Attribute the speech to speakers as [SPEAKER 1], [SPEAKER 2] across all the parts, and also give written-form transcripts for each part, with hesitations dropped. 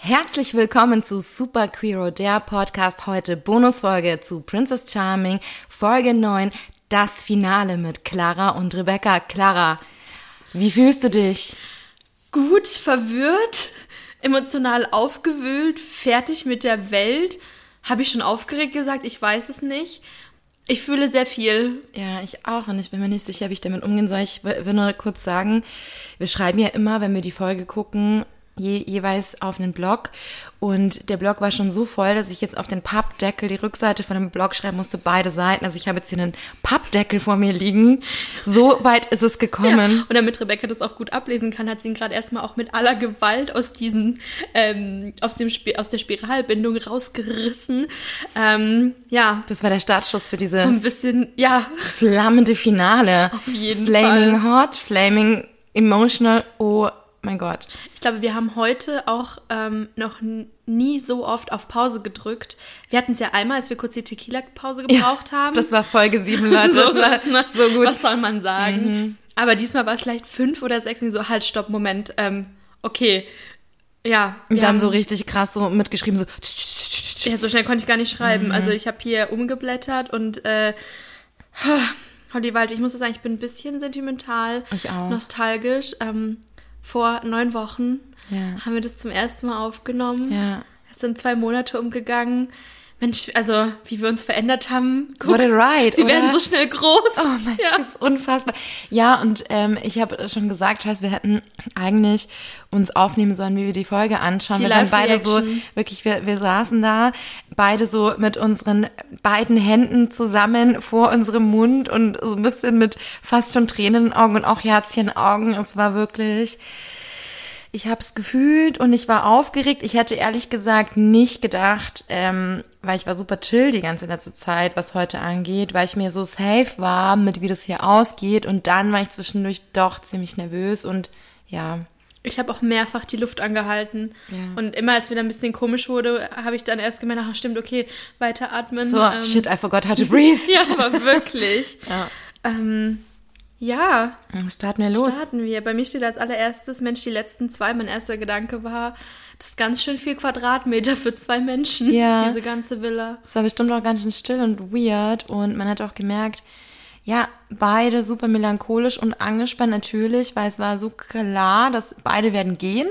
[SPEAKER 1] Herzlich willkommen zu Super Queero, der Podcast. Heute Bonusfolge zu Princess Charming, Folge 9, das Finale mit Clara und Rebecca. Clara, wie fühlst du dich?
[SPEAKER 2] Gut, verwirrt, emotional aufgewühlt, fertig mit der Welt. Habe ich schon aufgeregt gesagt? Ich weiß es nicht. Ich fühle sehr viel.
[SPEAKER 1] Ja, ich auch und ich bin mir nicht sicher, wie ich damit umgehen soll. Ich will nur kurz sagen, wir schreiben ja immer, wenn wir die Folge gucken, jeweils auf einen Blog und der Blog war schon so voll, dass ich jetzt auf den Pappdeckel die Rückseite von dem Blog schreiben musste, beide Seiten. Also ich habe jetzt hier einen Pappdeckel vor mir liegen. So weit ist es gekommen.
[SPEAKER 2] Ja, und damit Rebecca das auch gut ablesen kann, hat sie ihn gerade erstmal auch mit aller Gewalt aus der Spiralbindung rausgerissen. Ja.
[SPEAKER 1] Das war der Startschuss für dieses
[SPEAKER 2] so ein bisschen, ja,
[SPEAKER 1] flammende Finale.
[SPEAKER 2] Auf jeden
[SPEAKER 1] Flaming
[SPEAKER 2] Fall.
[SPEAKER 1] hot, flaming emotional, oh mein Gott.
[SPEAKER 2] Ich glaube, wir haben heute auch noch nie so oft auf Pause gedrückt. Wir hatten es ja einmal, als wir kurz die Tequila-Pause gebraucht haben.
[SPEAKER 1] Das war Folge 7, Leute.
[SPEAKER 2] So,
[SPEAKER 1] das war so gut.
[SPEAKER 2] Was soll man sagen? Aber diesmal war es vielleicht 5 oder 6 und so, halt, stopp, Moment, okay. Ja.
[SPEAKER 1] Und dann so richtig krass so mitgeschrieben, so.
[SPEAKER 2] Ja, so schnell konnte ich gar nicht schreiben. Also ich habe hier umgeblättert und Holly Wald, ich muss sagen, ich bin ein bisschen sentimental,
[SPEAKER 1] Ich auch.
[SPEAKER 2] nostalgisch. Vor 9 Wochen
[SPEAKER 1] Ja.
[SPEAKER 2] haben wir das zum ersten Mal aufgenommen.
[SPEAKER 1] Ja.
[SPEAKER 2] Es sind 2 Monate umgegangen. Mensch, also wie wir uns verändert haben. Guck,
[SPEAKER 1] What a ride,
[SPEAKER 2] sie
[SPEAKER 1] oder?
[SPEAKER 2] werden so schnell groß.
[SPEAKER 1] Oh mein Gott, das ist unfassbar. Ja, und ich habe schon gesagt, Scheiße, wir hätten eigentlich uns aufnehmen sollen, wie wir die Folge anschauen.
[SPEAKER 2] Die
[SPEAKER 1] Wir dann beide so,
[SPEAKER 2] Live-Reaction.
[SPEAKER 1] wirklich, wir saßen da, beide so mit unseren beiden Händen zusammen vor unserem Mund und so ein bisschen mit fast schon Tränen in den Augen und auch Herzchen in den Augen. Es war wirklich... Ich habe es gefühlt und ich war aufgeregt. Ich hätte ehrlich gesagt nicht gedacht, weil ich war super chill die ganze letzte Zeit, was heute angeht, weil ich mir so safe war, mit wie das hier ausgeht. Und dann war ich zwischendurch doch ziemlich nervös und ja.
[SPEAKER 2] Ich habe auch mehrfach die Luft angehalten.
[SPEAKER 1] Ja.
[SPEAKER 2] Und immer, als mir dann ein bisschen komisch wurde, habe ich dann erst gemerkt, ach stimmt, okay, weiter atmen.
[SPEAKER 1] So, shit, I forgot how to breathe.
[SPEAKER 2] Ja, aber wirklich.
[SPEAKER 1] Ja.
[SPEAKER 2] Ja,
[SPEAKER 1] Starten wir los.
[SPEAKER 2] starten wir. Bei mir steht als allererstes, Mensch, die letzten 2, mein erster Gedanke war, das ist ganz schön viel Quadratmeter für 2 Menschen,
[SPEAKER 1] Ja.
[SPEAKER 2] diese ganze Villa.
[SPEAKER 1] Es war bestimmt auch ganz schön still und weird und man hat auch gemerkt, ja, beide super melancholisch und angespannt natürlich, weil es war so klar, dass beide werden gehen,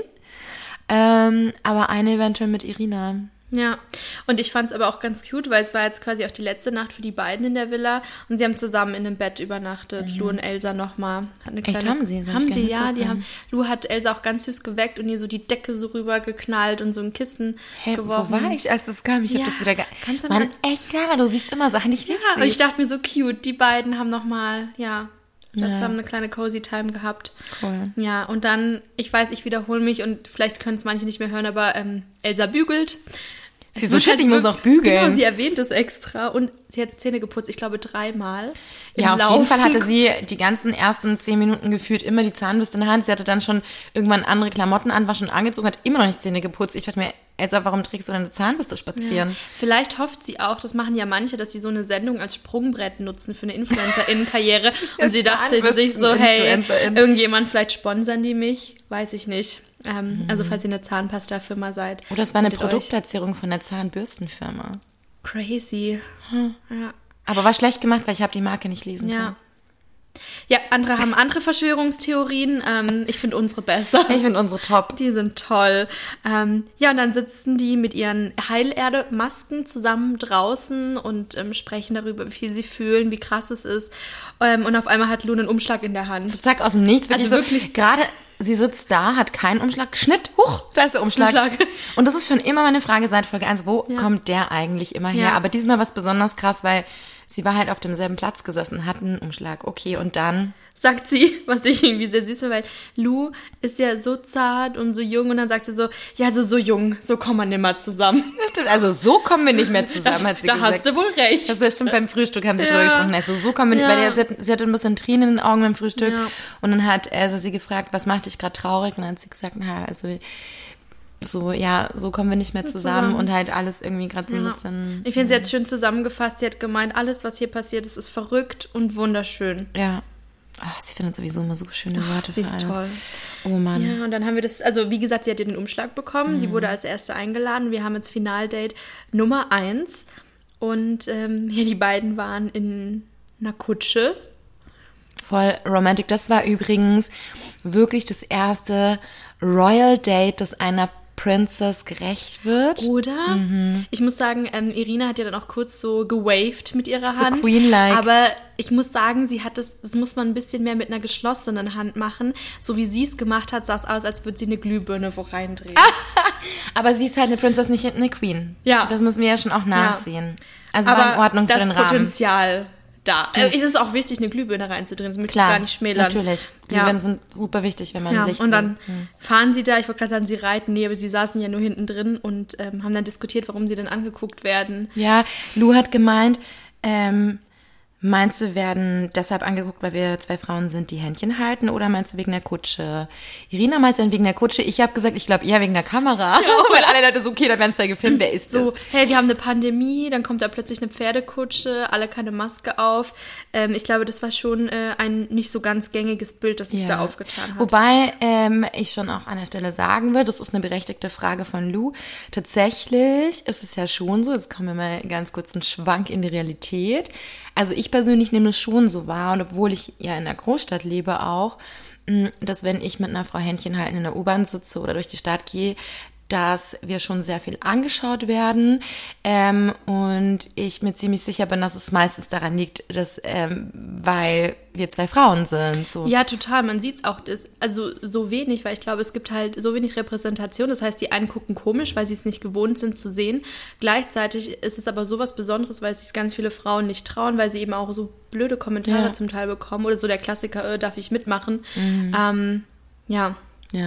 [SPEAKER 1] aber eine eventuell mit Irina.
[SPEAKER 2] Ja, und ich fand es aber auch ganz cute, weil es war jetzt quasi auch die letzte Nacht für die beiden in der Villa und sie haben zusammen in einem Bett übernachtet, Lou und Elsa nochmal.
[SPEAKER 1] Echt, haben sie? Das hab ich
[SPEAKER 2] Haben
[SPEAKER 1] gar
[SPEAKER 2] sie,
[SPEAKER 1] nicht
[SPEAKER 2] ja.
[SPEAKER 1] mitbekommen.
[SPEAKER 2] Lou hat Elsa auch ganz süß geweckt und ihr so die Decke so rübergeknallt und so ein Kissen
[SPEAKER 1] Hä,
[SPEAKER 2] geworfen.
[SPEAKER 1] wo war ich, als das kam? Ich
[SPEAKER 2] Ja,
[SPEAKER 1] habe das wieder...
[SPEAKER 2] ganz am
[SPEAKER 1] Mann,
[SPEAKER 2] Anfang.
[SPEAKER 1] echt, Clara, du siehst immer Sachen, die ich nicht
[SPEAKER 2] Ja, und
[SPEAKER 1] sehe.
[SPEAKER 2] ich dachte mir so cute, die beiden haben nochmal,
[SPEAKER 1] Ja.
[SPEAKER 2] haben eine kleine cozy Time gehabt.
[SPEAKER 1] Cool.
[SPEAKER 2] Ja, und dann, ich weiß, ich wiederhole mich und vielleicht können es manche nicht mehr hören, aber Elsa bügelt.
[SPEAKER 1] Sie so, shit, ich muss noch bügeln.
[SPEAKER 2] Genau, sie erwähnt es extra und sie hat Zähne geputzt, ich glaube 3-mal.
[SPEAKER 1] Ja,
[SPEAKER 2] im
[SPEAKER 1] auf jeden Fall
[SPEAKER 2] Laufen.
[SPEAKER 1] hatte sie die ganzen ersten 10 Minuten gefühlt immer die Zahnbürste in der Hand. Sie hatte dann schon irgendwann andere Klamotten an, war schon angezogen, hat immer noch nicht Zähne geputzt. Ich dachte mir, Elsa, warum trägst du deine Zahnbürste spazieren?
[SPEAKER 2] Ja. Vielleicht hofft sie auch, das machen ja manche, dass sie so eine Sendung als Sprungbrett nutzen für eine Influencer-Innen-Karriere. Und sie dachte sich so, hey,
[SPEAKER 1] Zahnbürsten-InfluencerInnen.
[SPEAKER 2] irgendjemand, vielleicht sponsern die mich, weiß ich nicht. Also falls ihr eine Zahnpasta-Firma seid.
[SPEAKER 1] Oder es war eine
[SPEAKER 2] meldet euch.
[SPEAKER 1] Produktplatzierung von der Zahnbürstenfirma.
[SPEAKER 2] Crazy. Ja.
[SPEAKER 1] Aber war schlecht gemacht, weil ich habe die Marke nicht lesen können.
[SPEAKER 2] Ja. Ja, andere haben andere Verschwörungstheorien. Ich finde unsere besser.
[SPEAKER 1] Ich finde unsere top.
[SPEAKER 2] Die sind toll. Ja, und dann sitzen die mit ihren Heilerde-Masken zusammen draußen und sprechen darüber, wie viel sie fühlen, wie krass es ist. Und auf einmal hat Luna einen Umschlag in der Hand.
[SPEAKER 1] So zack, aus dem Nichts.
[SPEAKER 2] Also
[SPEAKER 1] so,
[SPEAKER 2] wirklich-
[SPEAKER 1] gerade, sie sitzt da, hat keinen Umschlag. Schnitt, huch, da ist der Umschlag. Und das ist schon immer meine Frage seit Folge 1. Wo kommt der eigentlich immer her?
[SPEAKER 2] Ja.
[SPEAKER 1] Aber diesmal war es besonders krass, weil sie war halt auf demselben Platz gesessen, hat einen Umschlag. Okay, und dann...
[SPEAKER 2] Sagt sie, was ich irgendwie sehr süß finde, weil Lou ist ja so zart und so jung und dann sagt sie so, ja, also so jung, so kommen wir nimmer zusammen.
[SPEAKER 1] Also so kommen wir nicht mehr zusammen, hat sie
[SPEAKER 2] Da
[SPEAKER 1] gesagt.
[SPEAKER 2] hast du wohl recht.
[SPEAKER 1] Das ist stimmt, beim Frühstück haben sie
[SPEAKER 2] Ja.
[SPEAKER 1] drüber gesprochen. Also so kommen wir nicht,
[SPEAKER 2] Ja.
[SPEAKER 1] weil sie hatte ein bisschen Tränen in den Augen beim Frühstück.
[SPEAKER 2] Ja.
[SPEAKER 1] Und dann hat Elsa sie gefragt, was macht dich gerade traurig? Und dann hat sie gesagt, na, also so, ja, so kommen wir nicht mehr zusammen und halt alles irgendwie gerade so ein bisschen...
[SPEAKER 2] Ich finde, sie hat es schön zusammengefasst. Sie hat gemeint, alles, was hier passiert ist verrückt und wunderschön.
[SPEAKER 1] Ja. Oh, sie findet sowieso immer so schöne Worte
[SPEAKER 2] Sie
[SPEAKER 1] für
[SPEAKER 2] ist
[SPEAKER 1] alles.
[SPEAKER 2] toll.
[SPEAKER 1] Oh Mann.
[SPEAKER 2] Ja, und dann haben wir das, also wie gesagt, sie hat ja den Umschlag bekommen. Sie wurde als Erste eingeladen. Wir haben jetzt Finaldate Nummer 1. Und die beiden waren in einer Kutsche.
[SPEAKER 1] Voll romantic. Das war übrigens wirklich das erste Royal Date, das einer Princess gerecht wird.
[SPEAKER 2] Oder? Ich muss sagen, Irina hat ja dann auch kurz so gewaved mit ihrer Hand.
[SPEAKER 1] So Queen-like.
[SPEAKER 2] Aber ich muss sagen, sie hat das muss man ein bisschen mehr mit einer geschlossenen Hand machen. So wie sie es gemacht hat, sah es aus, als würde sie eine Glühbirne wo reindrehen.
[SPEAKER 1] Aber sie ist halt eine Princess, nicht eine Queen.
[SPEAKER 2] Ja.
[SPEAKER 1] Das müssen wir ja schon auch nachsehen. Also
[SPEAKER 2] Aber
[SPEAKER 1] war in Ordnung für den Rahmen.
[SPEAKER 2] Potenzial da. Es ist auch wichtig, eine Glühbirne reinzudrehen. Das möchte ich gar nicht schmälern.
[SPEAKER 1] Natürlich. Glühbirnen sind super wichtig, wenn man Licht
[SPEAKER 2] und dann fahren sie da, ich wollte gerade sagen, sie reiten, nee, aber sie saßen ja nur hinten drin und haben dann diskutiert, warum sie dann angeguckt werden.
[SPEAKER 1] Ja, Lou hat gemeint, meinst du, wir werden deshalb angeguckt, weil wir 2 Frauen sind, die Händchen halten, oder meinst du wegen der Kutsche? Irina meint dann wegen der Kutsche. Ich habe gesagt, ich glaube eher wegen der Kamera. Ja. Weil alle Leute so, okay, da werden 2 gefilmt, wer ist das?
[SPEAKER 2] So, hey, wir haben eine Pandemie, dann kommt da plötzlich eine Pferdekutsche, alle keine Maske auf. Ich glaube, das war schon ein nicht so ganz gängiges Bild, das sich da aufgetan hat.
[SPEAKER 1] Wobei ich schon auch an der Stelle sagen würde, das ist eine berechtigte Frage von Lou. Tatsächlich ist es ja schon so, jetzt kommen wir mal ganz kurz einen Schwank in die Realität. Also ich persönlich nehme es schon so wahr, und obwohl ich ja in der Großstadt lebe auch, dass wenn ich mit einer Frau Händchen halten in der U-Bahn sitze oder durch die Stadt gehe, dass wir schon sehr viel angeschaut werden und ich mir ziemlich sicher bin, dass es meistens daran liegt, dass weil wir 2 Frauen sind. So.
[SPEAKER 2] Ja, total. Man sieht es auch, also so wenig, weil ich glaube, es gibt halt so wenig Repräsentation. Das heißt, die einen gucken komisch, weil sie es nicht gewohnt sind zu sehen. Gleichzeitig ist es aber sowas Besonderes, weil sich ganz viele Frauen nicht trauen, weil sie eben auch so blöde Kommentare zum Teil bekommen oder so der Klassiker, darf ich mitmachen? Ja.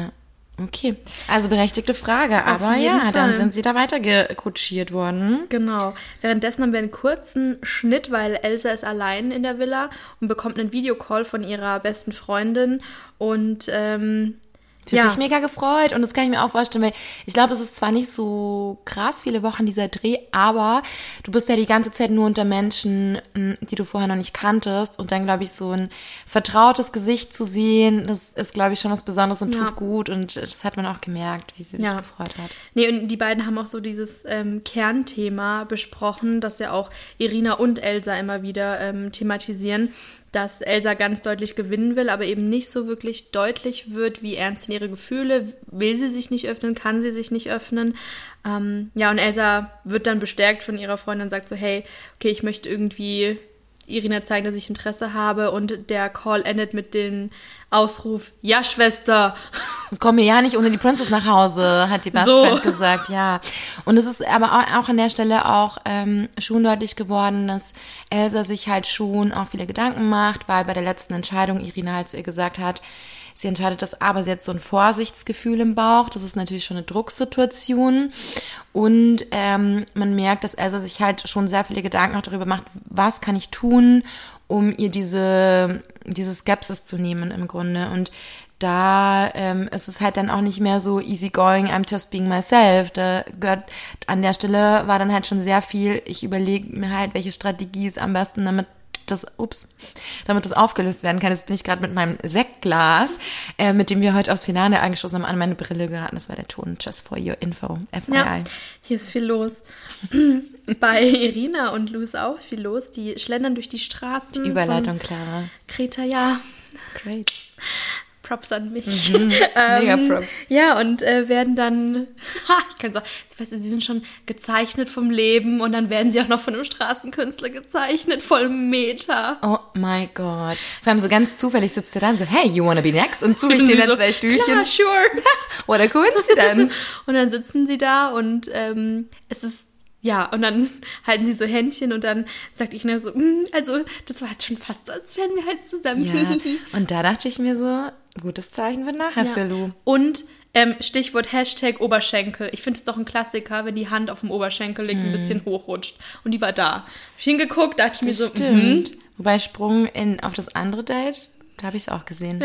[SPEAKER 1] Okay, also berechtigte Frage, aber ja, dann sind sie da weiter gekutschiert worden.
[SPEAKER 2] Genau. Währenddessen haben wir einen kurzen Schnitt, weil Elsa ist allein in der Villa und bekommt einen Videocall von ihrer besten Freundin und
[SPEAKER 1] Sie hat sich mega gefreut, und das kann ich mir auch vorstellen, weil ich glaube, es ist zwar nicht so krass viele Wochen dieser Dreh, aber du bist ja die ganze Zeit nur unter Menschen, die du vorher noch nicht kanntest, und dann, glaube ich, so ein vertrautes Gesicht zu sehen, das ist, glaube ich, schon was Besonderes und tut gut, und das hat man auch gemerkt, wie sie sich gefreut hat.
[SPEAKER 2] Nee, und die beiden haben auch so dieses Kernthema besprochen, das ja auch Irina und Elsa immer wieder thematisieren, dass Elsa ganz deutlich gewinnen will, aber eben nicht so wirklich deutlich wird, wie ernst sind ihre Gefühle, will sie sich nicht öffnen, kann sie sich nicht öffnen. Und Elsa wird dann bestärkt von ihrer Freundin und sagt so, hey, okay, ich möchte irgendwie Irina zeigen, dass ich Interesse habe, und der Call endet mit dem Ausruf, ja, Schwester.
[SPEAKER 1] Komm mir ja nicht ohne die Princess nach Hause, hat die Best Friend gesagt, ja. Und es ist aber auch an der Stelle auch schon deutlich geworden, dass Elsa sich halt schon auch viele Gedanken macht, weil bei der letzten Entscheidung Irina halt zu ihr gesagt hat, sie entscheidet das, aber sie hat so ein Vorsichtsgefühl im Bauch. Das ist natürlich schon eine Drucksituation. Und man merkt, dass Elsa sich halt schon sehr viele Gedanken auch darüber macht, was kann ich tun, um ihr diese Skepsis zu nehmen im Grunde. Und da ist es halt dann auch nicht mehr so easygoing, I'm just being myself. Da gehört, an der Stelle war dann halt schon sehr viel, ich überlege mir halt, welche Strategie ist am besten, damit das aufgelöst werden kann. Jetzt bin ich gerade mit meinem Sektglas, mit dem wir heute aufs Finale angestoßen haben, an meine Brille geraten. Das war der Ton, just for your info, FYI.
[SPEAKER 2] Ja, hier ist viel los. Bei Irina und Lou ist auch viel los. Die schlendern durch die Straßen.
[SPEAKER 1] Die Überleitung, Clara.
[SPEAKER 2] Kreta, ja.
[SPEAKER 1] Great.
[SPEAKER 2] Props an mich.
[SPEAKER 1] Mega Props.
[SPEAKER 2] Ja, und werden dann, ich kann sagen, weißt du, sie sind schon gezeichnet vom Leben, und dann werden sie auch noch von einem Straßenkünstler gezeichnet, voll Meta.
[SPEAKER 1] Oh my God. Vor allem so ganz zufällig sitzt er dann so, hey, you wanna be next? Und suche ich dir dann 2 Stühlchen.
[SPEAKER 2] Klar, sure.
[SPEAKER 1] What a coincidence.
[SPEAKER 2] Und dann sitzen sie da, und es ist, ja, und dann halten sie so Händchen, und dann sagt ich mir so, also das war halt schon fast so, als wären wir halt zusammen.
[SPEAKER 1] Ja. Und da dachte ich mir so, gutes Zeichen wird nachher für Lou.
[SPEAKER 2] Und Stichwort Hashtag Oberschenkel. Ich finde es doch ein Klassiker, wenn die Hand auf dem Oberschenkel liegt, ein bisschen hochrutscht. Und die war da. Hab ich hingeguckt, dachte ich mir so,
[SPEAKER 1] stimmt. Wobei Sprung auf das andere Date, da habe ich es auch gesehen.
[SPEAKER 2] Ja.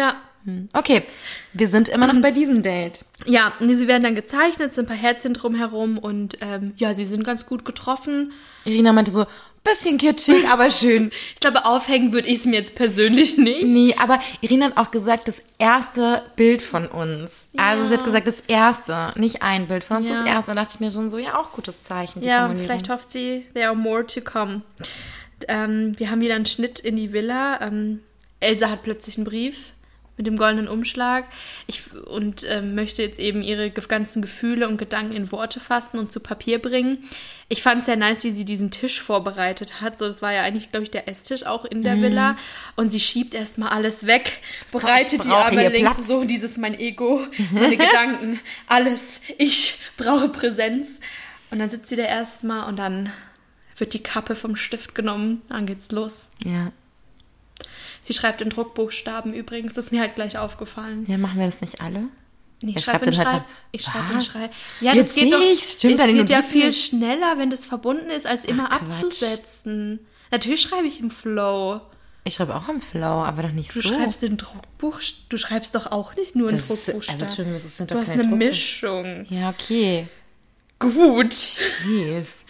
[SPEAKER 1] Okay, wir sind immer noch bei diesem Date.
[SPEAKER 2] Ja, sie werden dann gezeichnet, sind ein paar Herzchen drumherum und sie sind ganz gut getroffen.
[SPEAKER 1] Irina meinte so, bisschen kitschig, aber schön.
[SPEAKER 2] Ich glaube, aufhängen würde ich es mir jetzt persönlich nicht.
[SPEAKER 1] Nee, aber Irina hat auch gesagt, das erste Bild von uns. Ja. Also sie hat gesagt, das erste, nicht ein Bild von uns, das erste. Da dachte ich mir schon so, ja, auch gutes Zeichen, die Formulierung.
[SPEAKER 2] Vielleicht hofft sie, there are more to come. Wir haben wieder einen Schnitt in die Villa. Elsa hat plötzlich einen Brief mit dem goldenen Umschlag und möchte jetzt eben ihre ganzen Gefühle und Gedanken in Worte fassen und zu Papier bringen. Ich fand es sehr nice, wie sie diesen Tisch vorbereitet hat. So, das war ja eigentlich, glaube ich, der Esstisch auch in der Villa. Und sie schiebt erstmal alles weg, bereitet die aber links so dieses mein Ego, meine Gedanken, alles. Ich brauche Präsenz. Und dann sitzt sie da erstmal und dann wird die Kappe vom Stift genommen. Dann geht's los.
[SPEAKER 1] Ja.
[SPEAKER 2] Sie schreibt in Druckbuchstaben übrigens, das ist mir halt gleich aufgefallen.
[SPEAKER 1] Ja, machen wir das nicht alle?
[SPEAKER 2] Nee, ich schreibe in Schreib. Ja,
[SPEAKER 1] das geht doch.
[SPEAKER 2] Stimmt, es geht ja viel schneller, wenn das verbunden ist, als immer abzusetzen. Natürlich schreibe ich im Flow.
[SPEAKER 1] Ich schreibe auch im Flow, aber doch nicht so.
[SPEAKER 2] Du schreibst in Druckbuch. Du schreibst doch auch nicht nur in Druckbuchstaben.
[SPEAKER 1] Also Entschuldigung, das sind doch
[SPEAKER 2] keine
[SPEAKER 1] Druckbuchstaben.
[SPEAKER 2] Du hast eine Mischung.
[SPEAKER 1] Ja, okay.
[SPEAKER 2] Gut.
[SPEAKER 1] Jeez.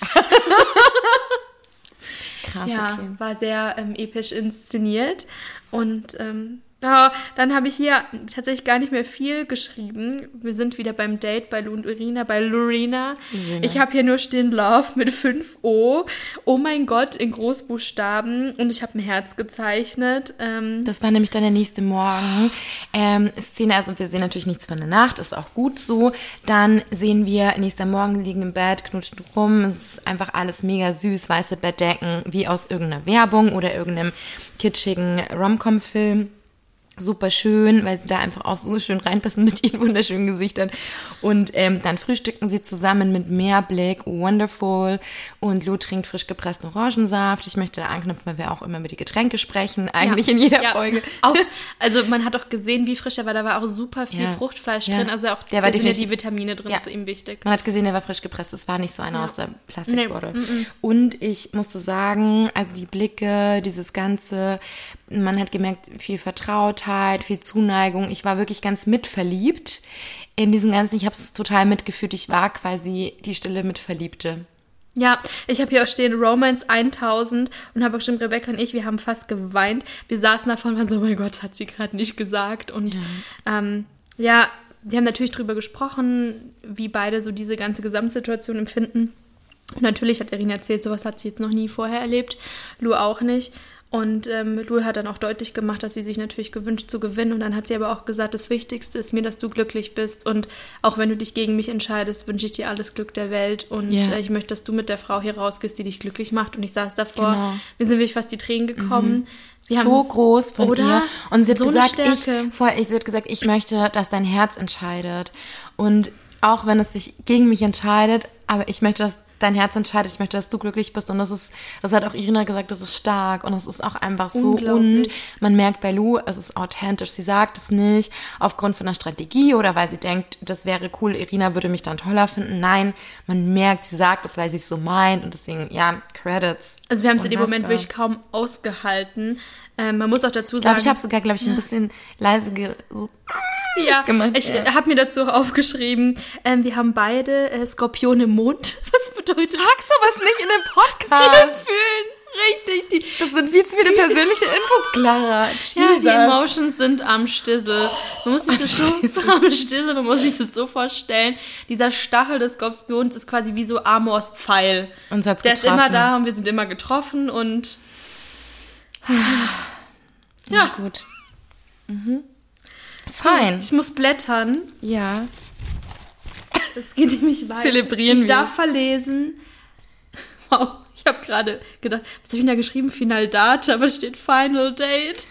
[SPEAKER 1] Krass,
[SPEAKER 2] ja,
[SPEAKER 1] okay.
[SPEAKER 2] War sehr episch inszeniert und dann habe ich hier tatsächlich gar nicht mehr viel geschrieben. Wir sind wieder beim Date bei Lou und Irina, bei Lorena. Ich habe hier nur stehen Love mit 5 O. Oh mein Gott, in Großbuchstaben. Und ich habe ein Herz gezeichnet.
[SPEAKER 1] Das war nämlich dann der nächste Morgen. Szene, also wir sehen natürlich nichts von der Nacht, ist auch gut so. Dann sehen wir nächster Morgen, liegen im Bett, knutschen rum. Es ist einfach alles mega süß, weiße Bettdecken, wie aus irgendeiner Werbung oder irgendeinem kitschigen Rom-Com-Film. Super schön, weil sie da einfach auch so schön reinpassen mit ihren wunderschönen Gesichtern. Und dann frühstücken sie zusammen mit Meerblick, wonderful. Und Lou trinkt frisch gepressten Orangensaft. Ich möchte da anknüpfen, weil wir auch immer über die Getränke sprechen, eigentlich in jeder Folge.
[SPEAKER 2] Auch, also man hat auch gesehen, wie frisch er war. Da war auch super viel Fruchtfleisch drin. Also auch
[SPEAKER 1] der war
[SPEAKER 2] die Vitamine drin, ist ihm wichtig.
[SPEAKER 1] Man hat gesehen, der war frisch gepresst. Es war nicht so einer aus der Plastikbottle. Nee. Und ich musste sagen, also die Blicke, dieses Ganze, man hat gemerkt, viel Vertrautheit, viel Zuneigung. Ich war wirklich ganz mitverliebt in diesen ganzen, ich habe es total mitgefühlt. Ich war quasi die stille Mitverliebte.
[SPEAKER 2] Ja, ich habe hier auch stehen Romance 1000 und habe auch schon Rebecca und ich, wir haben fast geweint. Wir saßen davon und waren so, oh mein Gott, das hat sie gerade nicht gesagt. Und sie haben natürlich drüber gesprochen, wie beide so diese ganze Gesamtsituation empfinden. Und natürlich hat Irina erzählt, sowas hat sie jetzt noch nie vorher erlebt, Lou auch nicht. Und Lou hat dann auch deutlich gemacht, dass sie sich natürlich gewünscht zu gewinnen. Und dann hat sie aber auch gesagt, das Wichtigste ist mir, dass du glücklich bist. Und auch wenn du dich gegen mich entscheidest, wünsche ich dir alles Glück der Welt. Und ich möchte, dass du mit der Frau hier rausgehst, die dich glücklich macht. Und ich saß davor, mir sind wirklich fast die Tränen gekommen. Wir haben
[SPEAKER 1] so groß von ihr. Und sie hat
[SPEAKER 2] so
[SPEAKER 1] gesagt, ich möchte, dass dein Herz entscheidet. Und auch wenn es sich gegen mich entscheidet, aber ich möchte, dass dein Herz entscheidet, ich möchte, dass du glücklich bist. Und das hat auch Irina gesagt, das ist stark und es ist auch einfach so. Und man merkt bei Lou, es ist authentisch. Sie sagt es nicht aufgrund von einer Strategie oder weil sie denkt, das wäre cool, Irina würde mich dann toller finden. Nein, man merkt, sie sagt es, weil sie es so meint und deswegen, Credits.
[SPEAKER 2] Also wir haben es in dem Moment wirklich kaum ausgehalten. Man muss auch dazu sagen...
[SPEAKER 1] Ich habe sogar, ein bisschen leise gemacht.
[SPEAKER 2] Ich habe mir dazu auch aufgeschrieben, wir haben beide Skorpion im Mond. Was bedeutet?
[SPEAKER 1] Sag sowas nicht in dem Podcast.
[SPEAKER 2] Wir fühlen richtig.
[SPEAKER 1] Das sind viel zu viele persönliche Infos, Clara.
[SPEAKER 2] Ja, die Emotions sind am Stissel. Man muss sich das so vorstellen. Dieser Stachel des Skorpions ist quasi wie so Amors Pfeil.
[SPEAKER 1] Uns hat's
[SPEAKER 2] Der
[SPEAKER 1] getroffen.
[SPEAKER 2] ist immer da und wir sind immer getroffen und
[SPEAKER 1] ja, gut. Fein.
[SPEAKER 2] Ich muss blättern.
[SPEAKER 1] Ja.
[SPEAKER 2] Es geht nämlich weiter.
[SPEAKER 1] Zelebrieren wir.
[SPEAKER 2] Ich darf verlesen. Wow, ich habe gerade gedacht, was habe ich denn da geschrieben? Final Date, aber da steht Final Date.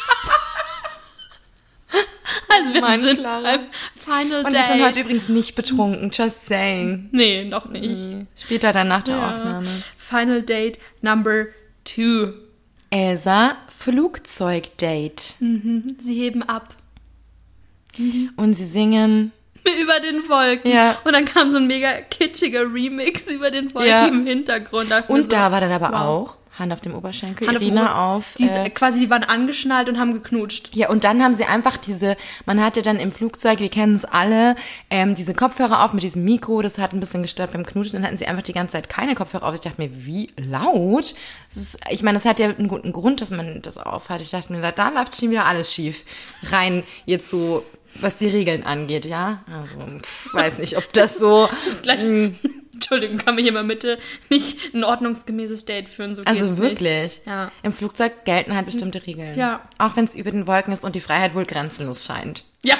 [SPEAKER 2] Also wir sind beim Final Date.
[SPEAKER 1] Und wir sind heute übrigens nicht betrunken, just saying.
[SPEAKER 2] Nee, noch nicht.
[SPEAKER 1] Später dann nach der Aufnahme.
[SPEAKER 2] Final Date Number 2.
[SPEAKER 1] Elsa, Flugzeugdate.
[SPEAKER 2] Sie heben ab.
[SPEAKER 1] Und sie singen
[SPEAKER 2] über den Wolken.
[SPEAKER 1] Ja.
[SPEAKER 2] Und dann kam so ein mega kitschiger Remix über den Wolken im Hintergrund.
[SPEAKER 1] Und da war dann aber auch Hand auf dem Oberschenkel,
[SPEAKER 2] Hand
[SPEAKER 1] Irina auf...
[SPEAKER 2] quasi, die waren angeschnallt und haben geknutscht.
[SPEAKER 1] Ja, und dann haben sie einfach man hatte dann im Flugzeug, wir kennen es alle, diese Kopfhörer auf mit diesem Mikro, das hat ein bisschen gestört beim Knutschen, dann hatten sie einfach die ganze Zeit keine Kopfhörer auf. Ich dachte mir, wie laut? Ich meine, das hat ja einen guten Grund, dass man das aufhat. Ich dachte mir, da läuft schon wieder alles schief. Rein jetzt so, was die Regeln angeht, ja? Also, weiß nicht, ob das so...
[SPEAKER 2] Das gleich, Entschuldigung, kann mir hier mal bitte nicht ein ordnungsgemäßes Date führen, so
[SPEAKER 1] Also
[SPEAKER 2] geht's
[SPEAKER 1] wirklich.
[SPEAKER 2] nicht. Ja.
[SPEAKER 1] Im Flugzeug gelten halt bestimmte Regeln.
[SPEAKER 2] Ja.
[SPEAKER 1] Auch wenn es über den Wolken ist und die Freiheit wohl grenzenlos scheint.
[SPEAKER 2] Ja.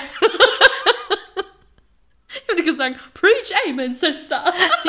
[SPEAKER 2] Ich würde gesagt, preach amen, sister.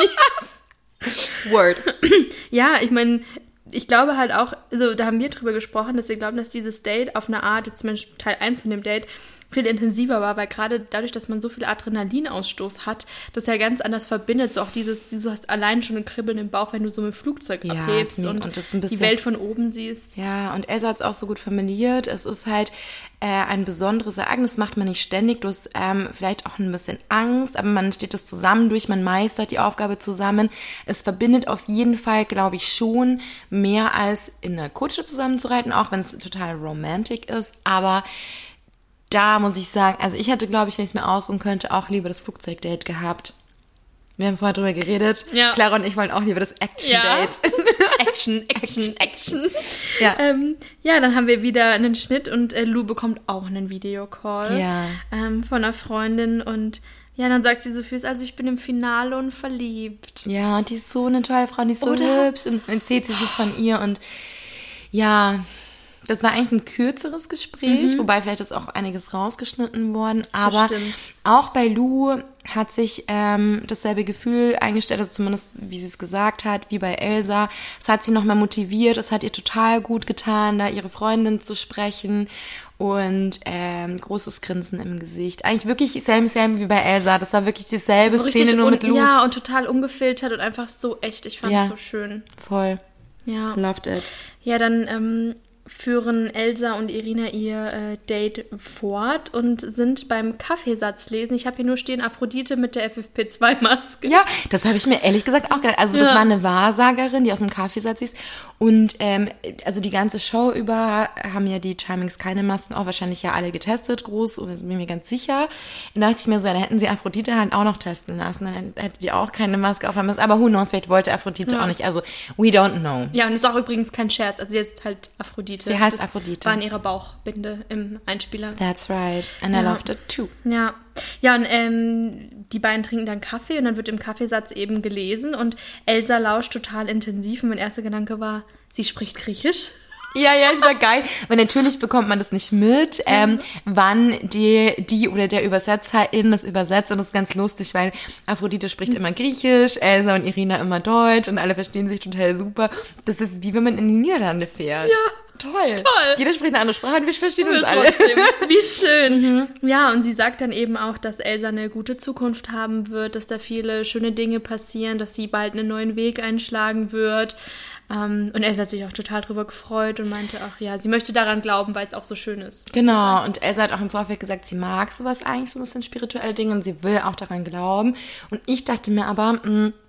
[SPEAKER 1] Yes. Word.
[SPEAKER 2] Ja, ich meine, ich glaube halt auch, also da haben wir drüber gesprochen, dass wir glauben, dass dieses Date auf eine Art, jetzt zumindest Teil 1 von dem Date, viel intensiver war, weil gerade dadurch, dass man so viel Adrenalinausstoß hat, das ja ganz anders verbindet. So auch du hast allein schon ein Kribbeln im Bauch, wenn du so mit dem Flugzeug abhebst und
[SPEAKER 1] das ein bisschen,
[SPEAKER 2] die Welt von oben siehst.
[SPEAKER 1] Ja, und Elsa hat es auch so gut formuliert. Es ist halt ein besonderes Ereignis, macht man nicht ständig. Du hast vielleicht auch ein bisschen Angst, aber man steht das zusammen durch, man meistert die Aufgabe zusammen. Es verbindet auf jeden Fall, glaube ich, schon mehr als in einer Kutsche zusammenzureiten, auch wenn es total romantic ist, aber da muss ich sagen, also ich hätte, glaube ich, wenn ich es mir aussuchen könnte, auch lieber das Flugzeugdate gehabt. Wir haben vorher drüber geredet. Ja. Clara und ich wollen auch lieber das Action-Date.
[SPEAKER 2] Ja. Action. Ja. Ja, dann haben wir wieder einen Schnitt und Lou bekommt auch einen Videocall von einer Freundin und ja, dann sagt sie so viel, also ich bin im Finale und verliebt.
[SPEAKER 1] Ja, und die ist so eine tolle Frau, die ist so hübsch und erzählt sie so von ihr und ja... Das war eigentlich ein kürzeres Gespräch, wobei vielleicht ist auch einiges rausgeschnitten worden. Aber auch bei Lou hat sich dasselbe Gefühl eingestellt, also zumindest wie sie es gesagt hat, wie bei Elsa. Es hat sie nochmal motiviert, es hat ihr total gut getan, da ihre Freundin zu sprechen und großes Grinsen im Gesicht. Eigentlich wirklich same wie bei Elsa. Das war wirklich dieselbe so Szene, nur mit Lou.
[SPEAKER 2] Ja, und total ungefiltert und einfach so echt. Ich fand es so schön.
[SPEAKER 1] Voll.
[SPEAKER 2] Ja.
[SPEAKER 1] Loved it.
[SPEAKER 2] Ja, dann führen Elsa und Irina ihr Date fort und sind beim Kaffeesatz lesen. Ich habe hier nur stehen, Aphrodite mit der FFP2-Maske.
[SPEAKER 1] Ja, das habe ich mir ehrlich gesagt auch gedacht. Also das war eine Wahrsagerin, die aus dem Kaffeesatz ist. Und also die ganze Show über haben ja die Chimings keine Masken, auch wahrscheinlich ja alle getestet, groß, bin mir ganz sicher. Dann dachte ich mir so, dann hätten sie Aphrodite halt auch noch testen lassen, dann hätte die auch keine Maske aufhaben müssen. Aber who knows, vielleicht wollte Aphrodite auch nicht. Also we don't know.
[SPEAKER 2] Ja, und das ist auch übrigens kein Scherz. Also sie ist halt Aphrodite.
[SPEAKER 1] Sie heißt Aphrodite.
[SPEAKER 2] War in ihrer Bauchbinde im Einspieler.
[SPEAKER 1] That's right. And I loved it too.
[SPEAKER 2] Ja. Ja, und die beiden trinken dann Kaffee und dann wird im Kaffeesatz eben gelesen und Elsa lauscht total intensiv und mein erster Gedanke war, sie spricht Griechisch.
[SPEAKER 1] Ja, es war geil. Weil natürlich bekommt man das nicht mit, wann die oder der Übersetzerin das übersetzt. Und das ist ganz lustig, weil Aphrodite spricht immer Griechisch, Elsa und Irina immer Deutsch und alle verstehen sich total super. Das ist wie wenn man in die Niederlande fährt.
[SPEAKER 2] Ja.
[SPEAKER 1] Toll. Jeder spricht eine andere Sprache und wir verstehen uns alle.
[SPEAKER 2] Wie schön. Ja, und sie sagt dann eben auch, dass Elsa eine gute Zukunft haben wird, dass da viele schöne Dinge passieren, dass sie bald einen neuen Weg einschlagen wird. Und Elsa hat sich auch total drüber gefreut und meinte auch, ja, sie möchte daran glauben, weil es auch so schön ist.
[SPEAKER 1] Genau, und Elsa hat auch im Vorfeld gesagt, sie mag sowas eigentlich, so ein bisschen spirituelle Dinge und sie will auch daran glauben. Und ich dachte mir aber,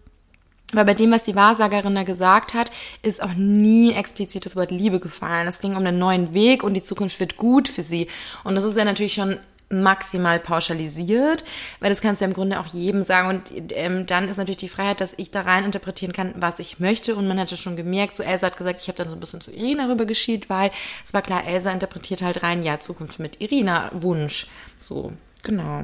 [SPEAKER 1] weil bei dem, was die Wahrsagerin da gesagt hat, ist auch nie explizit das Wort Liebe gefallen. Es ging um einen neuen Weg und die Zukunft wird gut für sie. Und das ist ja natürlich schon maximal pauschalisiert, weil das kannst du ja im Grunde auch jedem sagen. Und dann ist natürlich die Freiheit, dass ich da rein interpretieren kann, was ich möchte. Und man hatte schon gemerkt, so Elsa hat gesagt, ich habe dann so ein bisschen zu Irina rüber geschielt, weil es war klar, Elsa interpretiert halt rein, ja, Zukunft mit Irina, Wunsch. So, genau.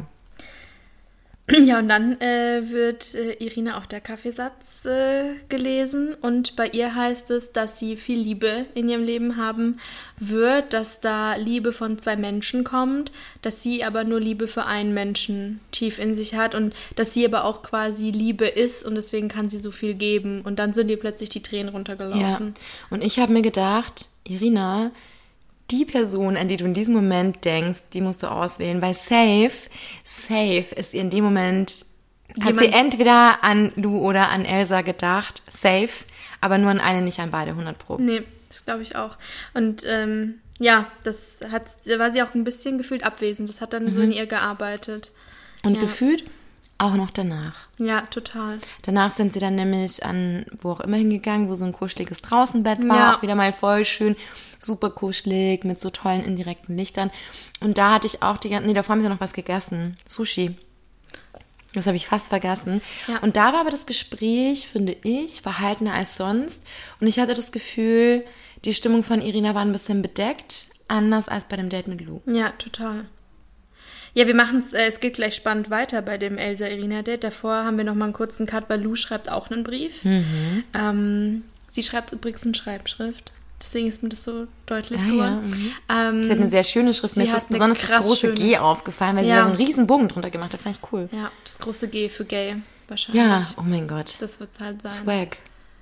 [SPEAKER 2] Ja, und dann wird Irina auch der Kaffeesatz gelesen und bei ihr heißt es, dass sie viel Liebe in ihrem Leben haben wird, dass da Liebe von 2 Menschen kommt, dass sie aber nur Liebe für einen Menschen tief in sich hat und dass sie aber auch quasi Liebe ist und deswegen kann sie so viel geben und dann sind ihr plötzlich die Tränen runtergelaufen.
[SPEAKER 1] Ja, und ich habe mir gedacht, Irina, die Person, an die du in diesem Moment denkst, die musst du auswählen, weil safe ist ihr in dem Moment, hat sie entweder an Lou oder an Elsa gedacht, safe, aber nur an eine, nicht an beide, 100%.
[SPEAKER 2] Nee, das glaube ich auch. Und ja, da war sie auch ein bisschen gefühlt abwesend, das hat dann so in ihr gearbeitet.
[SPEAKER 1] Und gefühlt? Auch noch danach.
[SPEAKER 2] Ja, total.
[SPEAKER 1] Danach sind sie dann nämlich an wo auch immer hingegangen, wo so ein kuscheliges Draußenbett war.
[SPEAKER 2] Ja.
[SPEAKER 1] Auch wieder mal voll schön, super kuschelig, mit so tollen indirekten Lichtern. Und da hatte ich auch davor haben sie noch was gegessen. Sushi. Das habe ich fast vergessen.
[SPEAKER 2] Ja.
[SPEAKER 1] Und da war aber das Gespräch, finde ich, verhaltener als sonst. Und ich hatte das Gefühl, die Stimmung von Irina war ein bisschen bedeckt, anders als bei dem Date mit Lou.
[SPEAKER 2] Ja, total. Ja, wir machen es geht gleich spannend weiter bei dem Elsa-Irina-Date. Davor haben wir noch mal einen kurzen Cut, weil Lou schreibt auch einen Brief. Sie schreibt übrigens in Schreibschrift. Deswegen ist mir das so deutlich geworden.
[SPEAKER 1] Ja, sie hat eine sehr schöne Schrift. Mir ist das besonders das große G aufgefallen, weil sie da so einen riesen Bogen drunter gemacht hat. Fand ich cool.
[SPEAKER 2] Ja, das große G für gay wahrscheinlich.
[SPEAKER 1] Ja, oh mein Gott.
[SPEAKER 2] Das wird es halt sein.
[SPEAKER 1] Swag.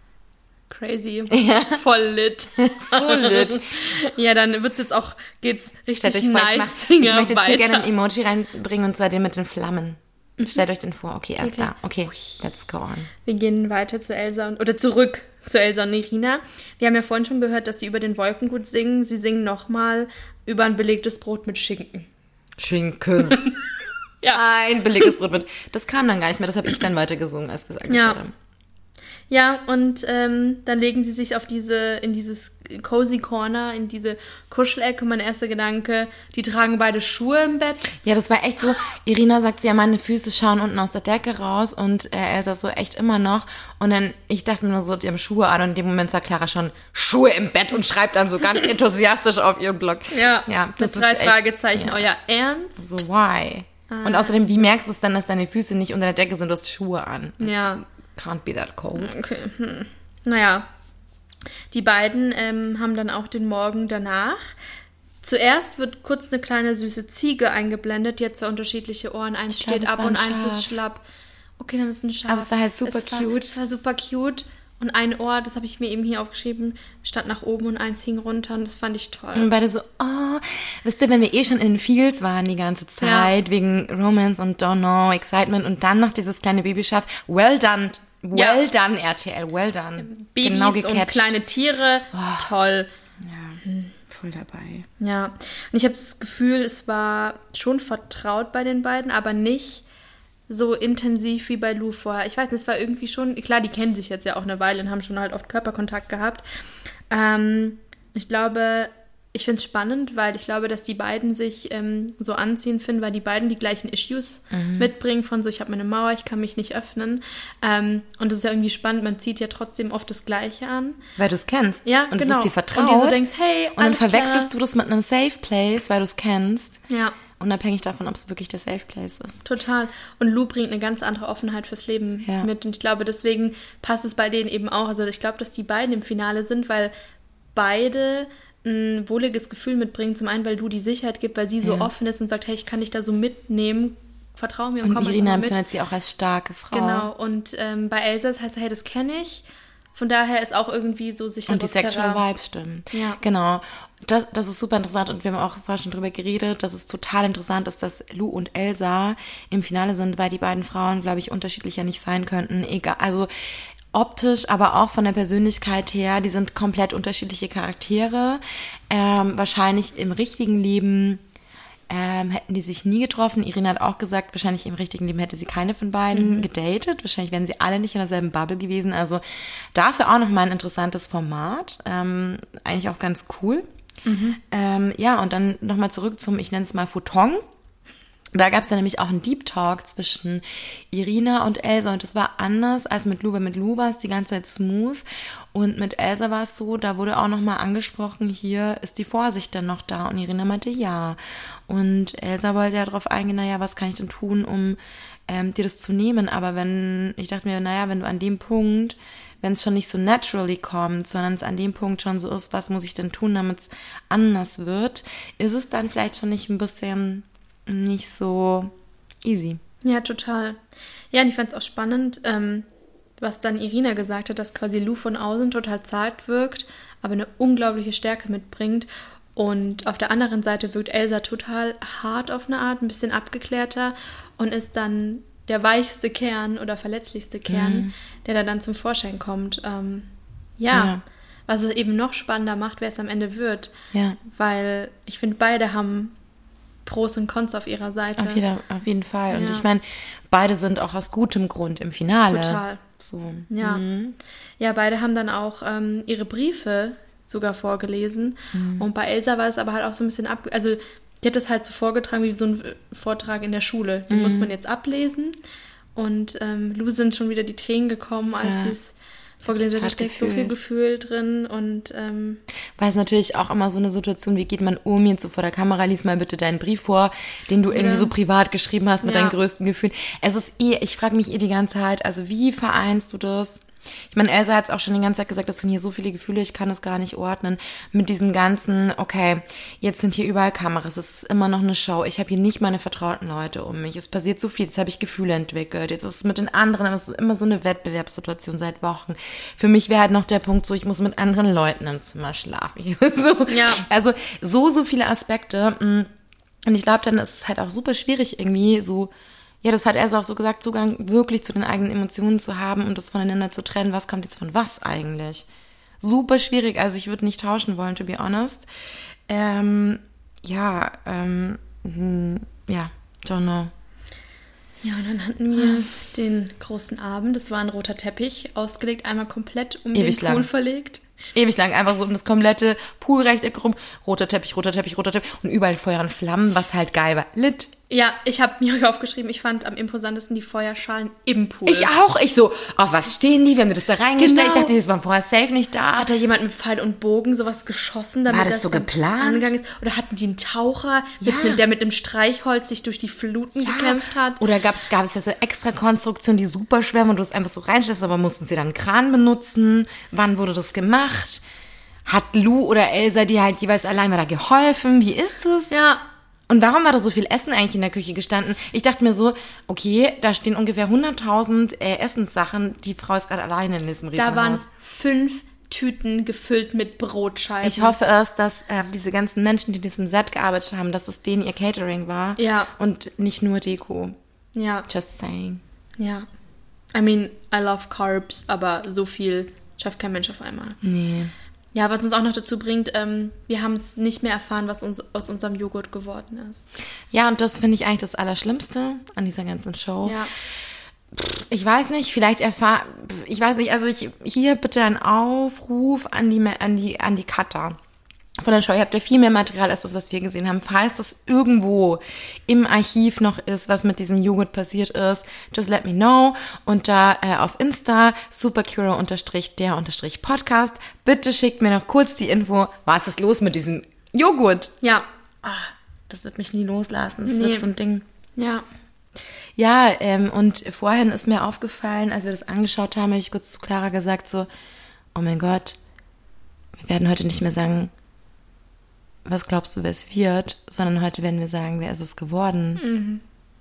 [SPEAKER 2] Crazy.
[SPEAKER 1] Ja.
[SPEAKER 2] Voll lit.
[SPEAKER 1] So lit.
[SPEAKER 2] Ja, dann geht's richtig
[SPEAKER 1] Stellt euch vor,
[SPEAKER 2] nice.
[SPEAKER 1] ich möchte jetzt hier gerne ein Emoji reinbringen, und zwar den mit den Flammen. Stellt euch den vor. Okay, erst da. Okay, let's go on.
[SPEAKER 2] Wir gehen weiter zu zurück zu Elsa und Irina. Wir haben ja vorhin schon gehört, dass sie über den Wolkengut singen. Sie singen nochmal über ein belegtes Brot mit Schinken.
[SPEAKER 1] Schinken.
[SPEAKER 2] Ja.
[SPEAKER 1] Ein belegtes Brot mit. Das kam dann gar nicht mehr. Das habe ich dann weiter gesungen, als wir es angeschaut haben.
[SPEAKER 2] Ja, und dann legen sie sich in dieses Cozy Corner, in diese Kuschelecke. Mein erster Gedanke, die tragen beide Schuhe im Bett.
[SPEAKER 1] Ja, das war echt so. Irina sagt sie, ja, meine Füße schauen unten aus der Decke raus, und Elsa so echt immer noch. Und dann, ich dachte mir nur so, die haben Schuhe an, und in dem Moment sagt Clara schon, Schuhe im Bett, und schreibt dann so ganz enthusiastisch auf ihren Blog.
[SPEAKER 2] Ja,
[SPEAKER 1] das
[SPEAKER 2] mit 3
[SPEAKER 1] ist
[SPEAKER 2] Fragezeichen,
[SPEAKER 1] ja.
[SPEAKER 2] Euer Ernst?
[SPEAKER 1] So, why? Und außerdem, wie merkst du es dann, dass deine Füße nicht unter der Decke sind, du hast Schuhe an?
[SPEAKER 2] Ja.
[SPEAKER 1] Can't be that cold.
[SPEAKER 2] Okay. Naja, die beiden haben dann auch den Morgen danach. Zuerst wird kurz eine kleine süße Ziege eingeblendet, die hat 2 unterschiedliche Ohren. Eins steht ab und eins ist schlapp. Okay, dann ist ein Schaf.
[SPEAKER 1] Aber es war halt super cute.
[SPEAKER 2] Es war super cute. Und ein Ohr, das habe ich mir eben hier aufgeschrieben, stand nach oben und eins hing runter, und das fand ich toll.
[SPEAKER 1] Und beide so, oh, wisst ihr, wenn wir schon in den Feels waren die ganze Zeit, wegen Romance und Don't Know, Excitement, und dann noch dieses kleine Babyschaf, well done RTL, well done.
[SPEAKER 2] Babys
[SPEAKER 1] genau
[SPEAKER 2] und kleine Tiere, toll.
[SPEAKER 1] Ja, voll dabei.
[SPEAKER 2] Ja, und ich habe das Gefühl, es war schon vertraut bei den beiden, aber nicht so intensiv wie bei Lou vorher. Ich weiß nicht, es war irgendwie schon, klar, die kennen sich jetzt ja auch eine Weile und haben schon halt oft Körperkontakt gehabt. Ich glaube, ich finde es spannend, weil ich glaube, dass die beiden sich so anziehen finden, weil die beiden die gleichen Issues mitbringen von so, ich habe meine Mauer, ich kann mich nicht öffnen. Und das ist ja irgendwie spannend, man zieht ja trotzdem oft das Gleiche an.
[SPEAKER 1] Weil du es kennst.
[SPEAKER 2] Ja,
[SPEAKER 1] und
[SPEAKER 2] genau.
[SPEAKER 1] es ist dir vertraut.
[SPEAKER 2] Und du so denkst, hey,
[SPEAKER 1] und dann verwechselst du das mit einem Safe Place, weil du es kennst.
[SPEAKER 2] Ja.
[SPEAKER 1] Unabhängig davon, ob es wirklich der Safe Place ist.
[SPEAKER 2] Total. Und Lou bringt eine ganz andere Offenheit fürs Leben mit. Und ich glaube, deswegen passt es bei denen eben auch. Also ich glaube, dass die beiden im Finale sind, weil beide ein wohliges Gefühl mitbringen. Zum einen, weil Lou die Sicherheit gibt, weil sie so offen ist und sagt, hey, ich kann dich da so mitnehmen. Vertrau mir und komm mit.
[SPEAKER 1] Und Irina empfindet sie auch als starke Frau.
[SPEAKER 2] Genau. Und bei Elsa ist halt so, hey, das kenne ich. Von daher ist auch irgendwie so sicher.
[SPEAKER 1] Und die Sexual Vibes stimmen.
[SPEAKER 2] Ja.
[SPEAKER 1] Genau. Das ist super interessant, und wir haben auch vorher schon drüber geredet, dass es total interessant ist, dass Lou und Elsa im Finale sind, weil die beiden Frauen, glaube ich, unterschiedlicher nicht sein könnten. Egal, also optisch, aber auch von der Persönlichkeit her, die sind komplett unterschiedliche Charaktere. Wahrscheinlich im richtigen Leben hätten die sich nie getroffen. Irina hat auch gesagt, wahrscheinlich im richtigen Leben hätte sie keine von beiden gedatet. Wahrscheinlich wären sie alle nicht in derselben Bubble gewesen. Also dafür auch nochmal ein interessantes Format. Eigentlich auch ganz cool. Ja, und dann nochmal zurück zum, ich nenne es mal Fouton. Da gab es dann nämlich auch einen Deep Talk zwischen Irina und Elsa, und das war anders als mit Lou, weil mit Lou war es die ganze Zeit smooth, und mit Elsa war es so, da wurde auch nochmal angesprochen, hier ist die Vorsicht denn noch da, und Irina meinte ja, und Elsa wollte ja darauf eingehen, naja, was kann ich denn tun, um dir das zu nehmen, aber ich dachte mir, naja, wenn du an dem Punkt, wenn es schon nicht so naturally kommt, sondern es an dem Punkt schon so ist, was muss ich denn tun, damit es anders wird, ist es dann vielleicht schon nicht ein bisschen nicht so easy.
[SPEAKER 2] Ja, total. Ja, und ich fand es auch spannend, was dann Irina gesagt hat, dass quasi Lou von außen total zart wirkt, aber eine unglaubliche Stärke mitbringt. Und auf der anderen Seite wirkt Elsa total hart auf eine Art, ein bisschen abgeklärter und ist dann der weichste Kern oder verletzlichste Kern, der da dann zum Vorschein kommt. Was es eben noch spannender macht, wer es am Ende wird.
[SPEAKER 1] Ja.
[SPEAKER 2] Weil ich finde, beide haben Pros und Cons auf ihrer Seite.
[SPEAKER 1] Auf jeden Fall. Und ich meine, beide sind auch aus gutem Grund im Finale.
[SPEAKER 2] Total.
[SPEAKER 1] So.
[SPEAKER 2] Ja. Ja, beide haben dann auch ihre Briefe sogar vorgelesen. Und bei Elsa war es aber halt auch so ein bisschen also die hat das halt so vorgetragen wie so ein Vortrag in der Schule. Den muss man jetzt ablesen. Und Lou sind schon wieder die Tränen gekommen, als sie es vorgelesen hat. Da steckt so viel Gefühl drin. Und
[SPEAKER 1] weil es natürlich auch immer so eine Situation, wie geht man um jetzt so vor der Kamera, lies mal bitte deinen Brief vor, den du irgendwie so privat geschrieben hast mit deinen größten Gefühlen. Es ist ich frage mich die ganze Zeit, also wie vereinst du das? Ich meine, Elsa hat es auch schon die ganze Zeit gesagt, das sind hier so viele Gefühle, ich kann es gar nicht ordnen. Mit diesem ganzen, okay, jetzt sind hier überall Kameras, es ist immer noch eine Show, ich habe hier nicht meine vertrauten Leute um mich, es passiert so viel, jetzt habe ich Gefühle entwickelt, jetzt ist es mit den anderen, aber es ist immer so eine Wettbewerbssituation seit Wochen. Für mich wäre halt noch der Punkt so, ich muss mit anderen Leuten im Zimmer schlafen. So. Ja. Also so viele Aspekte. Und ich glaube, dann ist es halt auch super schwierig irgendwie so. Ja, das hat er auch so gesagt, Zugang wirklich zu den eigenen Emotionen zu haben und das voneinander zu trennen. Was kommt jetzt von was eigentlich? Super schwierig. Also ich würde nicht tauschen wollen, to be honest. Don't know.
[SPEAKER 2] Ja, und dann hatten wir den großen Abend. Das war ein roter Teppich, ausgelegt, einmal komplett um den Pool verlegt.
[SPEAKER 1] Ewig lang, einfach so um das komplette Poolrechteck rum. Roter Teppich, roter Teppich, roter Teppich. Und überall Feuer und Flammen, was halt geil war. Lit.
[SPEAKER 2] Ja, ich habe mir aufgeschrieben, ich fand am imposantesten die Feuerschalen im Pool.
[SPEAKER 1] Ich auch. Ich so, auf was stehen die? Wir haben das da reingestellt. Genau. Ich dachte, das war vorher safe nicht da.
[SPEAKER 2] Hat da jemand mit Pfeil und Bogen sowas geschossen, damit
[SPEAKER 1] war das so geplant?
[SPEAKER 2] Angegangen ist? Oder hatten die einen Taucher, der mit einem Streichholz sich durch die Fluten gekämpft hat?
[SPEAKER 1] Oder gab es ja so extra Konstruktionen, die super schwer waren, und du das einfach so reinstellst, aber mussten sie dann einen Kran benutzen? Wann wurde das gemacht? Hat Lou oder Elsa dir halt jeweils allein mal da geholfen? Wie ist es?
[SPEAKER 2] Ja.
[SPEAKER 1] Und warum war da so viel Essen eigentlich in der Küche gestanden? Ich dachte mir so, okay, da stehen ungefähr 100.000 Essenssachen. Die Frau ist gerade alleine in diesem Riesenhaus.
[SPEAKER 2] Da waren 5 Tüten gefüllt mit Brotscheiben.
[SPEAKER 1] Ich hoffe erst, dass diese ganzen Menschen, die in diesem Set gearbeitet haben, dass es denen ihr Catering war.
[SPEAKER 2] Ja.
[SPEAKER 1] Und nicht nur Deko.
[SPEAKER 2] Ja.
[SPEAKER 1] Just saying.
[SPEAKER 2] Ja. I mean, I love carbs, aber so viel schafft kein Mensch auf einmal.
[SPEAKER 1] Nee.
[SPEAKER 2] Ja, was uns auch noch dazu bringt, wir haben es nicht mehr erfahren, was uns aus unserem Joghurt geworden ist.
[SPEAKER 1] Ja, und das finde ich eigentlich das Allerschlimmste an dieser ganzen Show.
[SPEAKER 2] Ja.
[SPEAKER 1] Ich weiß nicht, also hier bitte ein Aufruf an die Cutter von der Show. Ihr habt ja viel mehr Material als das, was wir gesehen haben. Falls das irgendwo im Archiv noch ist, was mit diesem Joghurt passiert ist, just let me know. Und da auf Insta, supercura_der_podcast. Bitte schickt mir noch kurz die Info, was ist los mit diesem Joghurt?
[SPEAKER 2] Ja.
[SPEAKER 1] Das wird mich nie loslassen. Das wird so ein Ding.
[SPEAKER 2] Ja.
[SPEAKER 1] Ja, und vorhin ist mir aufgefallen, als wir das angeschaut haben, habe ich kurz zu Clara gesagt so, oh mein Gott, wir werden heute nicht mehr sagen, was glaubst du, wer es wird, sondern heute werden wir sagen, wer ist es geworden.
[SPEAKER 2] Mhm.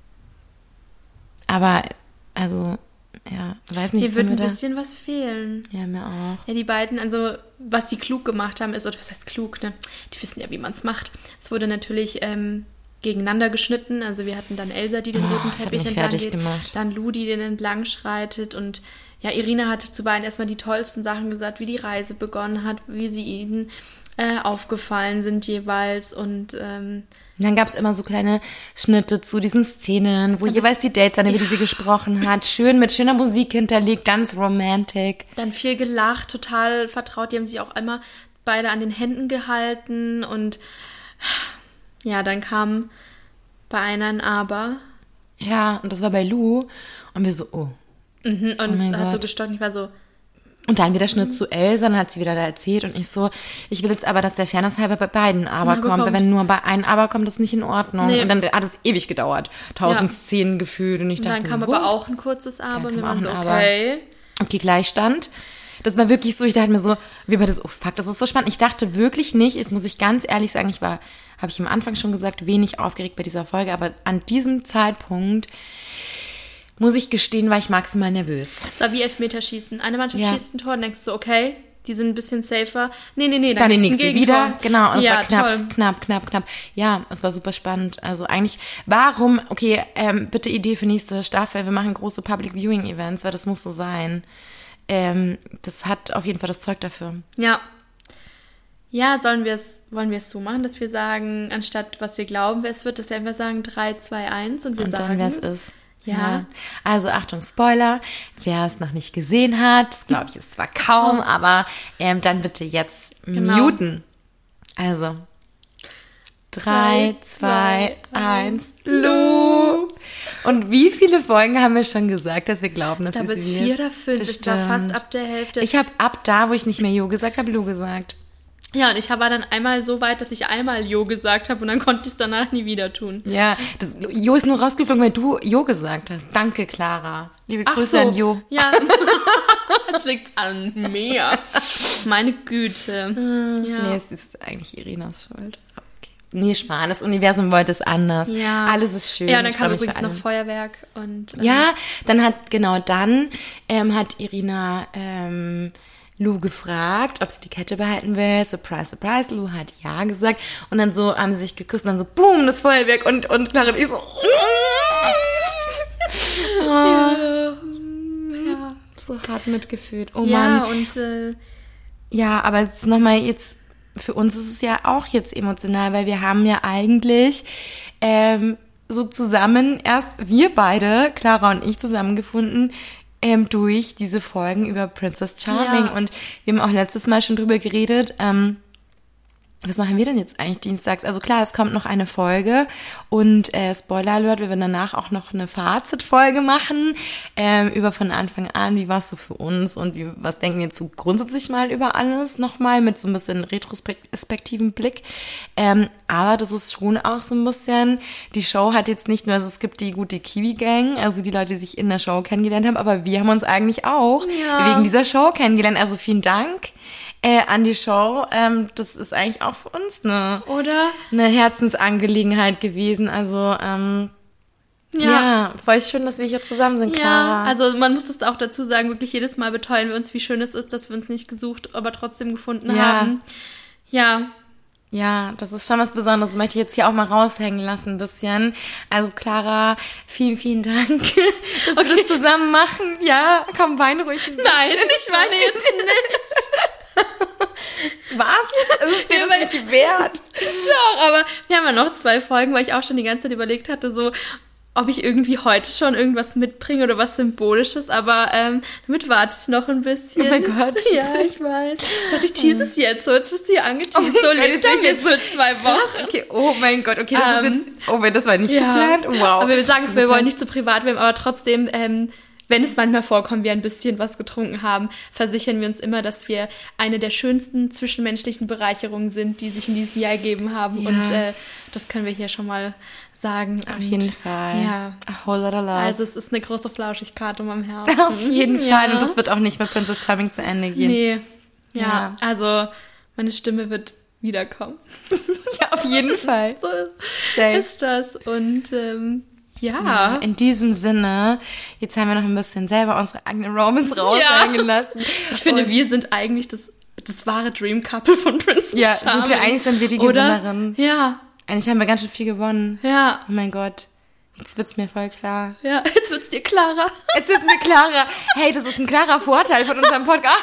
[SPEAKER 1] Aber, also, ja, weiß nicht.
[SPEAKER 2] Hier wird ein bisschen was fehlen.
[SPEAKER 1] Ja, mir auch.
[SPEAKER 2] Ja, die beiden, also, was die klug gemacht haben ist, oder was heißt klug, ne? Die wissen ja, wie man es macht. Es wurde natürlich gegeneinander geschnitten. Also wir hatten dann Elsa, die den roten Teppich entlang geht, dann Lou, die den entlang schreitet, und ja, Irina hatte zu beiden erstmal die tollsten Sachen gesagt, wie die Reise begonnen hat, wie sie ihnen aufgefallen sind jeweils, und
[SPEAKER 1] dann gab es immer so kleine Schnitte zu diesen Szenen, wo jeweils die Dates waren, über die sie gesprochen hat. Schön mit schöner Musik hinterlegt, ganz romantic.
[SPEAKER 2] Dann viel gelacht, total vertraut. Die haben sich auch immer beide an den Händen gehalten, und ja, dann kam bei einer ein Aber.
[SPEAKER 1] Ja, und das war bei Lou. Und wir so, oh.
[SPEAKER 2] Mhm, und es hat so gestockt. Ich war so.
[SPEAKER 1] Und dann wieder Schnitt zu Elsa, dann hat sie wieder da erzählt. Und ich so, ich will jetzt aber, dass der Fairness halber bei beiden Aber kommt. Weil wenn nur bei einem Aber kommt, das ist nicht in Ordnung. Nee. Und dann hat es ewig gedauert. 1000 Szenen gefühlt. Und ich dachte,
[SPEAKER 2] dann kam aber auch ein kurzes Aber. Und wir waren so, okay.
[SPEAKER 1] Okay, Gleichstand. Das war wirklich so, ich dachte mir so, wie bei das, oh fuck, das ist so spannend. Ich dachte wirklich nicht, jetzt muss ich ganz ehrlich sagen, habe ich am Anfang schon gesagt, wenig aufgeregt bei dieser Folge, aber an diesem Zeitpunkt, muss ich gestehen, war ich maximal nervös.
[SPEAKER 2] Es war wie Elfmeterschießen. Eine Mannschaft schießt ein Tor und denkst du so, okay, die sind ein bisschen safer. Nee,
[SPEAKER 1] dann die nächste wieder. Genau, und es war knapp. Ja, es war super spannend. Also eigentlich, warum, okay, bitte Idee für nächste Staffel, wir machen große Public Viewing Events, weil das muss so sein. Das hat auf jeden Fall das Zeug dafür.
[SPEAKER 2] Ja. Ja, wollen wir es so machen, dass wir sagen, anstatt was wir glauben, wer es wird, dass wir einfach sagen 3, 2, 1 und wir sagen.
[SPEAKER 1] Und dann, wer es ist.
[SPEAKER 2] Ja.
[SPEAKER 1] Also Achtung, Spoiler, wer es noch nicht gesehen hat, das glaube ich ist zwar kaum, aber dann bitte jetzt muten. Also 3, 2, 1, Lu. Und wie viele Folgen haben wir schon gesagt, dass wir glauben, dass
[SPEAKER 2] Da wird es 4 oder 5, es war fast ab der Hälfte.
[SPEAKER 1] Ich habe ab da, wo ich nicht mehr Jo gesagt habe, Lu gesagt.
[SPEAKER 2] Ja, und ich war dann einmal so weit, dass ich einmal Jo gesagt habe und dann konnte ich es danach nie wieder tun.
[SPEAKER 1] Ja, Jo ist nur rausgeflogen, weil du Jo gesagt hast. Danke, Clara. Liebe Grüße an Jo.
[SPEAKER 2] Ja, das liegt an mir. Meine Güte. Ja.
[SPEAKER 1] Nee, es ist eigentlich Irinas Schuld. Okay. Nee, Schmarrn, das Universum wollte es anders.
[SPEAKER 2] Ja.
[SPEAKER 1] Alles ist schön.
[SPEAKER 2] Ja, und dann kam übrigens noch Feuerwerk. Und,
[SPEAKER 1] ja, dann hat Irina Lu gefragt, ob sie die Kette behalten will. Surprise, surprise. Lu hat ja gesagt. Und dann so haben sie sich geküsst und dann so, boom, das Feuerwerk. Und Clara und ich so, ja, so hart mitgefühlt. Oh
[SPEAKER 2] ja,
[SPEAKER 1] Mann.
[SPEAKER 2] Und
[SPEAKER 1] ja, aber jetzt nochmal, jetzt, für uns ist es ja auch jetzt emotional, weil wir haben ja eigentlich so zusammen, erst wir beide, Clara und ich, zusammengefunden, durch diese Folgen über Princess Charming.
[SPEAKER 2] Ja.
[SPEAKER 1] Und wir haben auch letztes Mal schon drüber geredet, was machen wir denn jetzt eigentlich dienstags? Also klar, es kommt noch eine Folge und Spoiler Alert, wir werden danach auch noch eine Fazit-Folge machen über von Anfang an, wie war es so für uns und was denken wir jetzt so grundsätzlich mal über alles nochmal mit so ein bisschen retrospektiven Blick. Aber das ist schon auch so ein bisschen, die Show hat jetzt nicht nur, also es gibt die gute Kiwi-Gang, also die Leute, die sich in der Show kennengelernt haben, aber wir haben uns eigentlich auch wegen dieser Show kennengelernt. Also vielen Dank an die Show. Das ist eigentlich auch für uns eine Herzensangelegenheit gewesen. Also ja, voll schön, dass wir hier zusammen sind, Clara.
[SPEAKER 2] Ja, also man muss das auch dazu sagen, wirklich jedes Mal beteuern wir uns, wie schön es ist, dass wir uns nicht gesucht, aber trotzdem gefunden haben. Ja.
[SPEAKER 1] Ja, das ist schon was Besonderes. Das möchte ich jetzt hier auch mal raushängen lassen ein bisschen. Also Clara, vielen, vielen Dank, dass wir das zusammen machen. Ja, komm, wein ruhig.
[SPEAKER 2] Nein, ich meine jetzt nicht.
[SPEAKER 1] Was? Ist dir das nicht wert?
[SPEAKER 2] Doch, aber wir haben ja noch 2 Folgen, weil ich auch schon die ganze Zeit überlegt hatte, so, ob ich irgendwie heute schon irgendwas mitbringe oder was Symbolisches, aber damit warte ich noch ein bisschen.
[SPEAKER 1] Oh mein Gott.
[SPEAKER 2] Ja, ich weiß. Ich dachte, ich tease es jetzt so, jetzt wirst du hier angeteased, so lebt er jetzt für 2 Wochen.
[SPEAKER 1] Okay, oh mein Gott, okay, das ist jetzt, das war nicht geplant, wow.
[SPEAKER 2] Aber wir sagen, wir wollen nicht zu privat werden, aber trotzdem, wenn es manchmal vorkommt, wir ein bisschen was getrunken haben, versichern wir uns immer, dass wir eine der schönsten zwischenmenschlichen Bereicherungen sind, die sich in diesem Jahr ergeben haben. Ja. Und das können wir hier schon mal sagen.
[SPEAKER 1] Auf jeden Fall.
[SPEAKER 2] Ja.
[SPEAKER 1] A whole lot of love.
[SPEAKER 2] Also es ist eine große Flauschigkeit um am Herzen.
[SPEAKER 1] Auf jeden Fall. Und das wird auch nicht mit Princess Charming zu Ende gehen.
[SPEAKER 2] Nee. Ja. Also meine Stimme wird wiederkommen.
[SPEAKER 1] Ja, auf jeden Fall.
[SPEAKER 2] So ist das. Und ja.
[SPEAKER 1] In diesem Sinne, jetzt haben wir noch ein bisschen selber unsere eigene Romance raushängen lassen.
[SPEAKER 2] Ich finde, wir sind eigentlich das wahre Dream Couple von Princess Charming.
[SPEAKER 1] Ja, sind wir die Gewinnerin.
[SPEAKER 2] Ja.
[SPEAKER 1] Eigentlich haben wir ganz schön viel gewonnen.
[SPEAKER 2] Ja.
[SPEAKER 1] Oh mein Gott. Jetzt wird's mir voll klar.
[SPEAKER 2] Ja, jetzt wird's dir klarer.
[SPEAKER 1] Jetzt wird's mir klarer. Hey, das ist ein klarer Vorteil von unserem Podcast.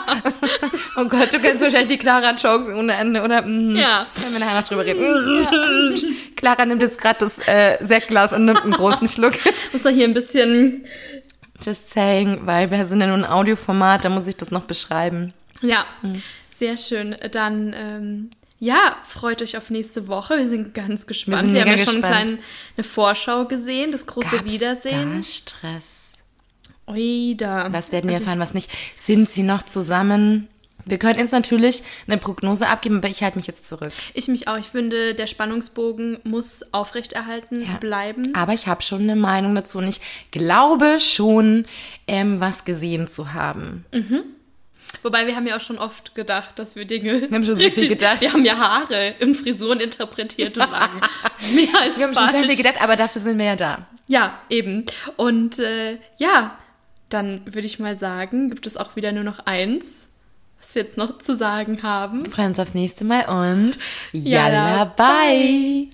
[SPEAKER 1] Oh Gott, du kennst wahrscheinlich die Clara-Jokes ohne Ende, oder?
[SPEAKER 2] Ja.
[SPEAKER 1] Können wir nachher noch drüber reden. Ja. Clara nimmt jetzt gerade das Sektglas und nimmt einen großen Schluck.
[SPEAKER 2] Muss doch hier ein bisschen...
[SPEAKER 1] Just saying, weil wir sind ja nur ein Audioformat, da muss ich das noch beschreiben.
[SPEAKER 2] Ja, sehr schön. Dann... freut euch auf nächste Woche. Wir sind ganz gespannt. Wir haben ja schon eine Vorschau gesehen, das große Wiedersehen.
[SPEAKER 1] Da Stress?
[SPEAKER 2] Oida.
[SPEAKER 1] Was werden wir erfahren, was nicht? Sind sie noch zusammen? Wir können jetzt natürlich eine Prognose abgeben, aber ich halte mich jetzt zurück.
[SPEAKER 2] Ich mich auch. Ich finde, der Spannungsbogen muss aufrechterhalten bleiben.
[SPEAKER 1] Aber ich habe schon eine Meinung dazu und ich glaube schon, was gesehen zu haben.
[SPEAKER 2] Mhm. Wobei, wir haben ja auch schon oft gedacht, dass wir Dinge...
[SPEAKER 1] Wir haben schon so viel gedacht.
[SPEAKER 2] Wir haben ja Haare in Frisuren interpretiert und lagen mehr als
[SPEAKER 1] wir haben schon sehr viel gedacht, aber dafür sind wir ja da.
[SPEAKER 2] Ja, eben. Und dann würde ich mal sagen, gibt es auch wieder nur noch eins, was wir jetzt noch zu sagen haben.
[SPEAKER 1] Wir freuen uns aufs nächste Mal und Yalla, bye!